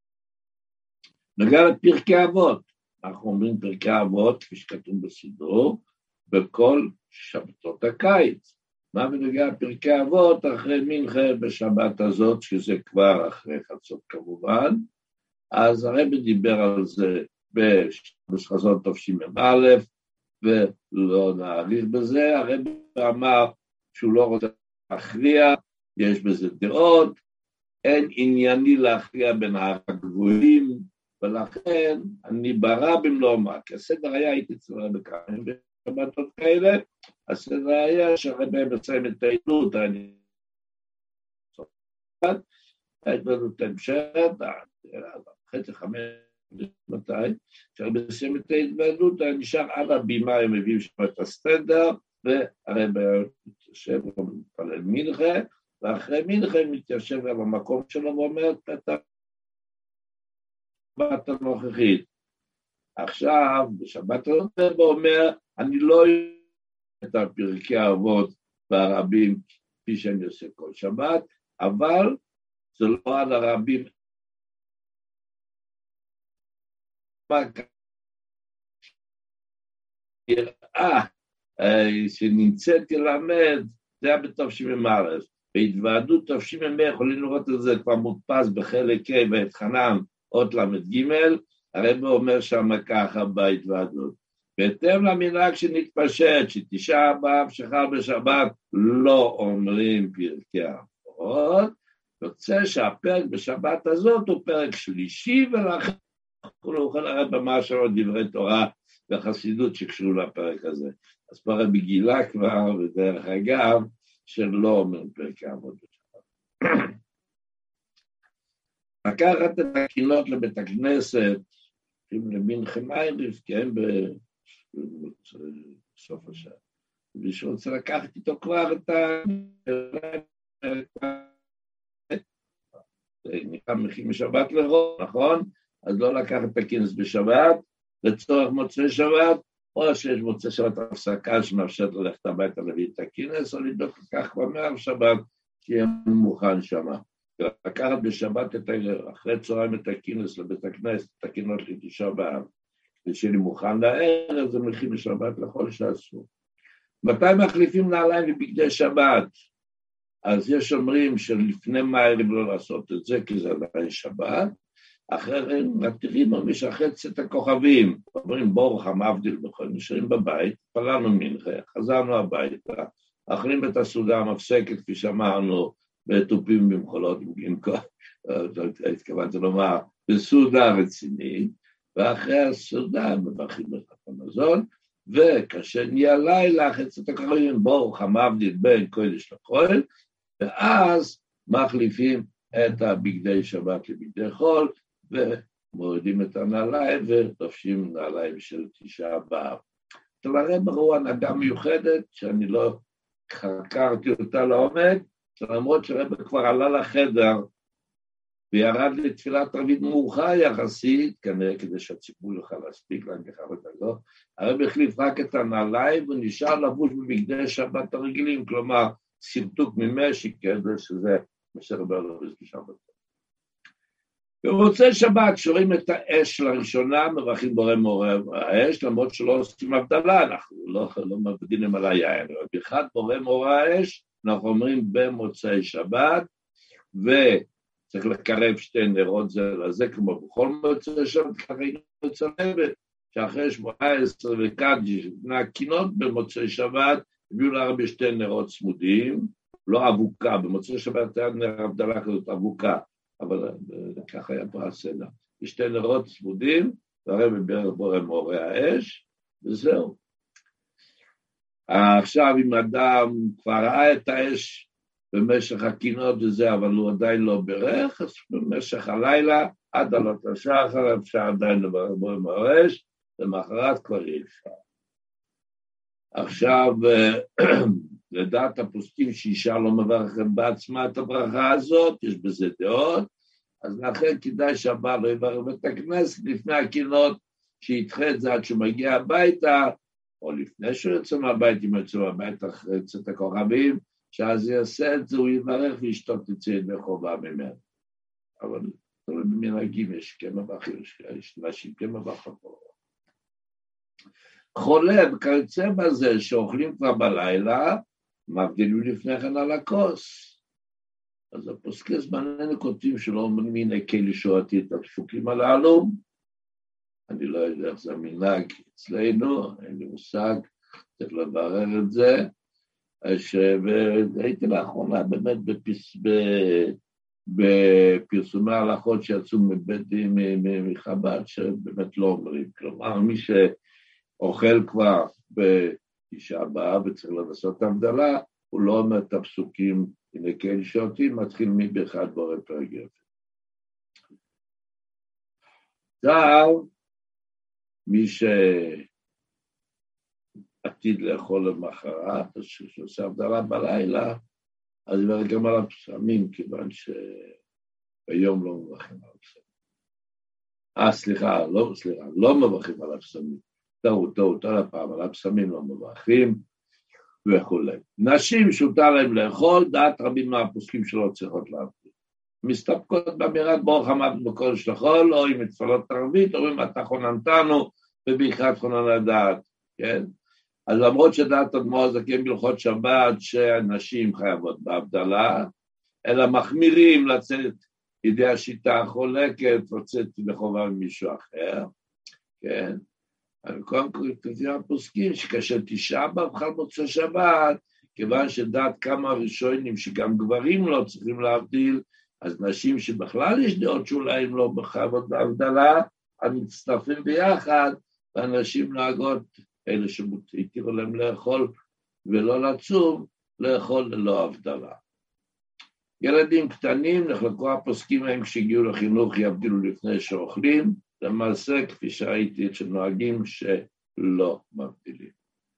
נוגע לפרקי אבות, אנחנו אומרים פרקי אבות, כפי שכתוב בסידור, בכל שבתות הקיץ. מה בנוגע לפרקי אבות? אחרי מנחה בשבת הזאת, שזה כבר אחרי חצות כמובן, אז הרב דיבר על זה בשחזון תשמ"א, ולא נאריך בזה, הרב אמר שהוא לא רוצה להכריע, יש בזה דעות, אין ענייני להכריע בין הגבוהים, ולכן אני ברבים לא אומר, כי הסדר היה, הייתי צרה בכמה בשבתות כאלה, הסדר היה שהרבי מסיים את העדות, העדות המשכת, חצי 5 מתי, שהרבי מסיים את העדות, נשאר על הבימה, הם מביאים שם את הסדר, והרבי מתיישב ומתפלל מנחה, ואחרי מנחה מתיישב על המקום שלו ואומר את השבת הנוכחית. עכשיו, בשבת הנוכחית הוא אומר, אני לא יודע את הפרקי האבות והרבים כפי שאני עושה כל שבת, אבל זה לא על הרבים. יראה שנמצאתי למד, זה היה בתשמ"א. בהתוועדות תשמ"א יכולים לראות את זה כבר מודפס בחלק ה' ואת חנן אות למ"ג, הרב אומר שם ככה בהתוועדות. בהתאם למנהג שנתפשט, שתשעה באב שחל בשבת, לא אומרים פרקי אבות. שבועות, יוצא שהפרק בשבת הזאת הוא פרק שלישי, ולכן הוא לא יכול לראות במשהו עוד דברי תורה וחסידות שקשרו לפרק הזה. אז פה רבי גילה כבר, בדרך אגב, שלא אומר פרק העבוד בשבת. לקחת את הקינות לבית הכנסת, למנחה מערב, כן, בסוף השעה. מי שרוצה לקחת איתו כבר את נקרא מכין משבת לרוב, נכון? אז לא לקחת את הכינס בשבת, לצורך מוצאי שבת, או שיש מוצאי שבת הפסקה שמאפשרת ללכת הביתה להביא את הכינס, או לדאוג לכך כבר מערב שבת, שיהיה מוכן שם. לקחת בשבת אחרי צהריים את הכינס לבית הכנסת, את הכינות לתשעה באב, ושיהיה לי מוכן לערב, זה מכין משבת לכל שעשו. מתי מחליפים נעליים ובגדי שבת? אז יש אומרים שלפני מערב לא לעשות את זה, כי זה עדיין שבת, אחרי מתירים או משחץ את הכוכבים, אומרים ברוך המבדיל בכל, נשארים בבית, פללנו מנחה, חזרנו הביתה, אכלים את הסעודה המפסקת, כפי שאמרנו, בטופים במחולות, התכוונתי לומר, בסעודה רצינית, ואחרי הסעודה מברכים לך המזון, וכאשר נהיה לילה, חץ את הכוכבים, ברוך המבדיל בין קודש לחול, ואז מחליפים את הבגדי שבת לבגדי חול, ומורידים את הנעליים ותופשים נעליים של תשעה באב. טוב, הרב הוא הנהגה מיוחדת, שאני לא חקרתי אותה לעומק, למרות שהרב כבר עלה לחדר, וירד לתפילת ערבית מאוחר יחסית, כנראה כדי שהציבור יוכל להספיק להנגחה ותגור, הרב החליף רק את הנעליים, ונשאר לבוש בבגדי שבת הרגילים, כלומר, סרטוק ממשי, כדי שזה מסרבר לו בשבת. במוצאי שבת שורים את האש לראשונה, מברכים בורא מורה האש, למרות שלא עושים הבדלה, אנחנו לא מבדילים על היין, אבל בכלל בורא מורה האש, אנחנו אומרים במוצאי שבת, וצריך לקרב שתי נרות זה לזה, כמו בכל מוצאי שבת, ככה היא מצלמת, שאחרי 18 וקדיש, בני הקינות במוצאי שבת, הביאו להרבה שתי נרות צמודים, לא אבוקה, במוצאי שבת היה נר הבדלה כזאת אבוקה, אבל ככה היה פה הסדר. שתי נרות צמודים, והרבי בערך בורא מורה האש, וזהו. עכשיו אם אדם כבר ראה את האש במשך הקינות וזה, אבל הוא עדיין לא ברך, אז במשך הלילה, עד עלות השחר, אפשר עדיין לברך בורא מורה האש, למחרת כבר אי אפשר. עכשיו, לדעת הפוסקים שאישה לא מברכת בעצמה את הברכה הזאת, יש בזה דעות, אז לכן כדאי שהבעל לא יברך בית הכנסת לפני הקינות, שידחה את זה עד שהוא מגיע הביתה, או לפני שהוא יוצא מהבית, אם יוצא מהבית אחרי צאת הכוכבים, שאז יעשה את זה, הוא יברך ואשתות תצא ידי חובה ממנו. אבל במנהגים יש כמה ברכות, יש נשים כמה ברכות. חולה וכיוצא בזה שאוכלים כבר בלילה, מבדילים לפני כן על הכוס. אז הפוסקי זמננו כותבים שלא אומרים הנה כלי שואתי את הדפוקים הללו, אני לא יודע איך זה מנהג אצלנו, אין לי מושג, צריך לברר את זה, והייתי לאחרונה באמת בפרסומי ההלכות שיצאו מחב"ד, שבאמת לא אומרים, כלומר מי שאוכל כבר בתשעה באב וצריך לעשות את ההבדלה, הוא לא אומר את הפסוקים, הנה כן שותים, מתחיל מברכת בורא פרק יפה. עכשיו, מי שעתיד לאכול למחרת, שעושה הבדלה בלילה, אז יברך גם על הפסמים, כיוון שביום לא מברכים על הפסמים. לא מברכים על הפסמים. טעות, על הפעם, על הפסמים לא מברכים, וכו'. נשים שהותר להם לאכול, דעת רבים מהפוסקים שלא צריכות להבדיל. מסתפקות באמירת ברוך המבדיל בקודש לחול, או עם תפילות ערבית, או אם אתה חוננתנו, וברכת חונן הדעת, כן? אז למרות שדעת אדמו"ר הזקן בהלכות שבת, שהנשים חייבות בהבדלה, אלא מחמירים לצאת ידי השיטה החולקת, לצאת לחובה ממישהו אחר, כן? אבל קודם כל כתבים הפוסקים, שכאשר תשעה באב חל מוצאי שבת, כיוון שדעת כמה ראשונים שגם גברים לא צריכים להבדיל, אז נשים שבכלל יש דעות שאולי הם לא בכבוד בהבדלה, אז מצטרפים ביחד, ואנשים נוהגות, אלה שהתירו להם לאכול ולא לצום, לאכול ללא הבדלה. ילדים קטנים, נחלקו הפוסקים מהם כשהגיעו לחינוך יבדילו לפני שאוכלים, למעשה כפי שראיתי את שנוהגים שלא מבדילים.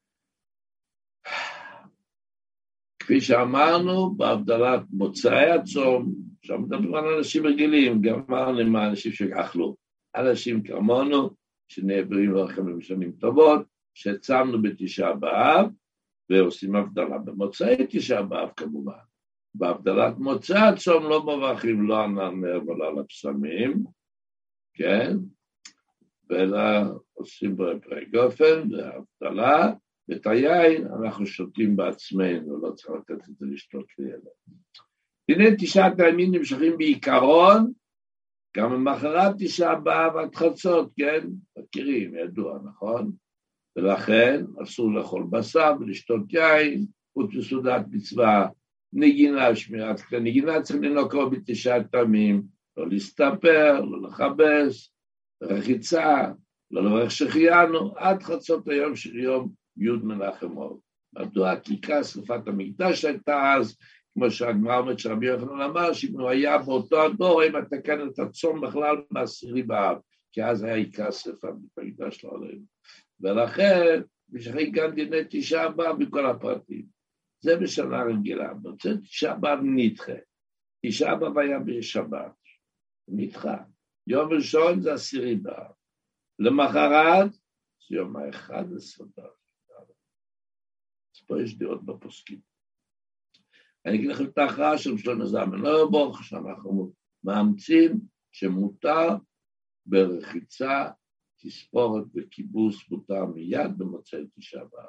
כפי שאמרנו, בהבדלת מוצאי הצום, עכשיו מדברים על אנשים רגילים, גם אמרנו עם האנשים שאכלו, אנשים כמונו, שנעברים לכם בשנים טובות, שצמנו בתשעה באב, ועושים הבדלה במוצאי תשעה באב כמובן. בהבדלת מוצאי הצום לא מברכים לא על הנר ולא על הבשמים, כן? אלא עושים בו פרי גופן, והבדלה, ואת היין אנחנו שותים בעצמנו, לא צריך לתת את זה לשתות לילד. הנה תשעת הימים נמשכים בעיקרון, גם במחרת תשעה באב עד חצות, כן? מכירים, ידוע, נכון? ולכן אסור לאכול בשר ולשתות יין, חוץ מסעודת מצווה, נגינה, שמירת כלי נגינה, צריך לנקוב בתשעת הימים, לא להסתפר, לא לחבש, רחיצה, לא לברך שהחיינו, עד חצות היום של יום י' מנחם אור. מדוע? כי עיקר שרפת המקדש הייתה אז, כמו שהגמרא אומרת שרבי יוחנן אמר, שאם הוא היה באותו הדור, אם מתקן את הצום בכלל בעשירי באב, כי אז היה עיקר שרפת המקדש לעולם. ולכן, משחק גם דיני תשעה באב בכל הפרטים. זה בשנה רגילה. בוצע תשעה באב נדחה. תשעה באב היה בשבת. נדחה. יום ראשון זה עשירי באב. למחרת, זה יום ה-11 באב. אז פה יש דעות בפוסקים. אני אגיד לכם את ההכרעה של שלמה זלמן אוירבך, שאנחנו מאמצים שמותר ברחיצה, תספורת וכיבוס מותר מיד במוצאי תשעה באב.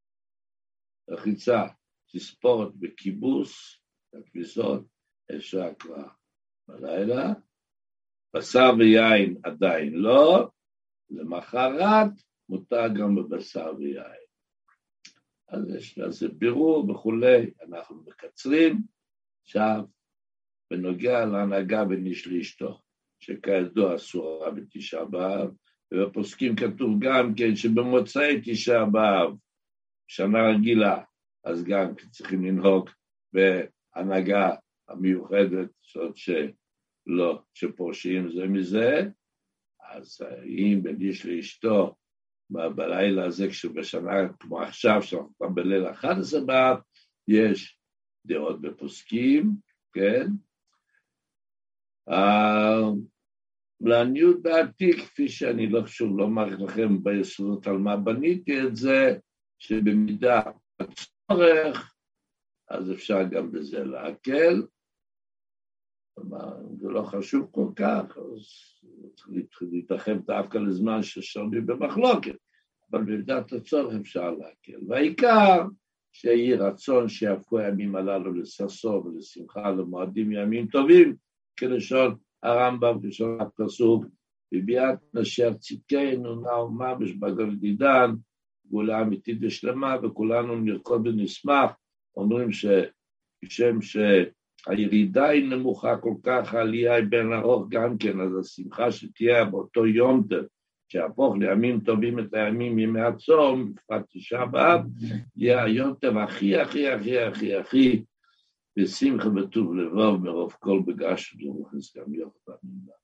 רחיצה, תספורת וכיבוס, הכביסות, אפשר כבר בלילה, בשר ויין עדיין לא, למחרת מותר גם בבשר ויין. אז יש לזה בירור וכולי, אנחנו מקצרים, עכשיו, בנוגע להנהגה בין איש לאשתו, שכידוע אסורה בתשעה באב, ובפוסקים כתוב גם כן שבמוצאי תשעה באב, שנה רגילה, אז גם צריכים לנהוג בהנהגה המיוחדת, זאת שלא, שפורשים זה מזה, אז אם בין איש לאשתו, בלילה הזה, כשבשנה כמו עכשיו, שאנחנו כבר בליל 11 באב, יש דעות בפוסקים, כן? לעניות דעתי, כפי שאני לא חשוב לומר לכם ביסודות על מה בניתי את זה, שבמידה הצורך, אז אפשר גם בזה להקל, זה לא חשוב כל כך, אז צריך להתרחב דווקא לזמן ששונים במחלוקת, אבל במידת הצורך אפשר להקל. והעיקר שיהי רצון שיהפכו הימים הללו לששון ולשמחה, למועדים ימים טובים, כלשון הרמב"ם, כלשון הפסוק, בביאת נשר צדקנו נאו ממש בגול דידן, גאולה אמיתית ושלמה, וכולנו נרקוד ונשמח. אומרים שכשם שהירידה היא נמוכה כל כך, העלייה היא בין ארוך גם כן, אז השמחה שתהיה באותו יום שיהפוך לימים טובים את הימים ימי הצום, בפרט תשעה באב, יהיה היום טוב הכי הכי הכי הכי הכי בשמחה וטוב לבב מרוב כל בגש ורוחס גם יוחד.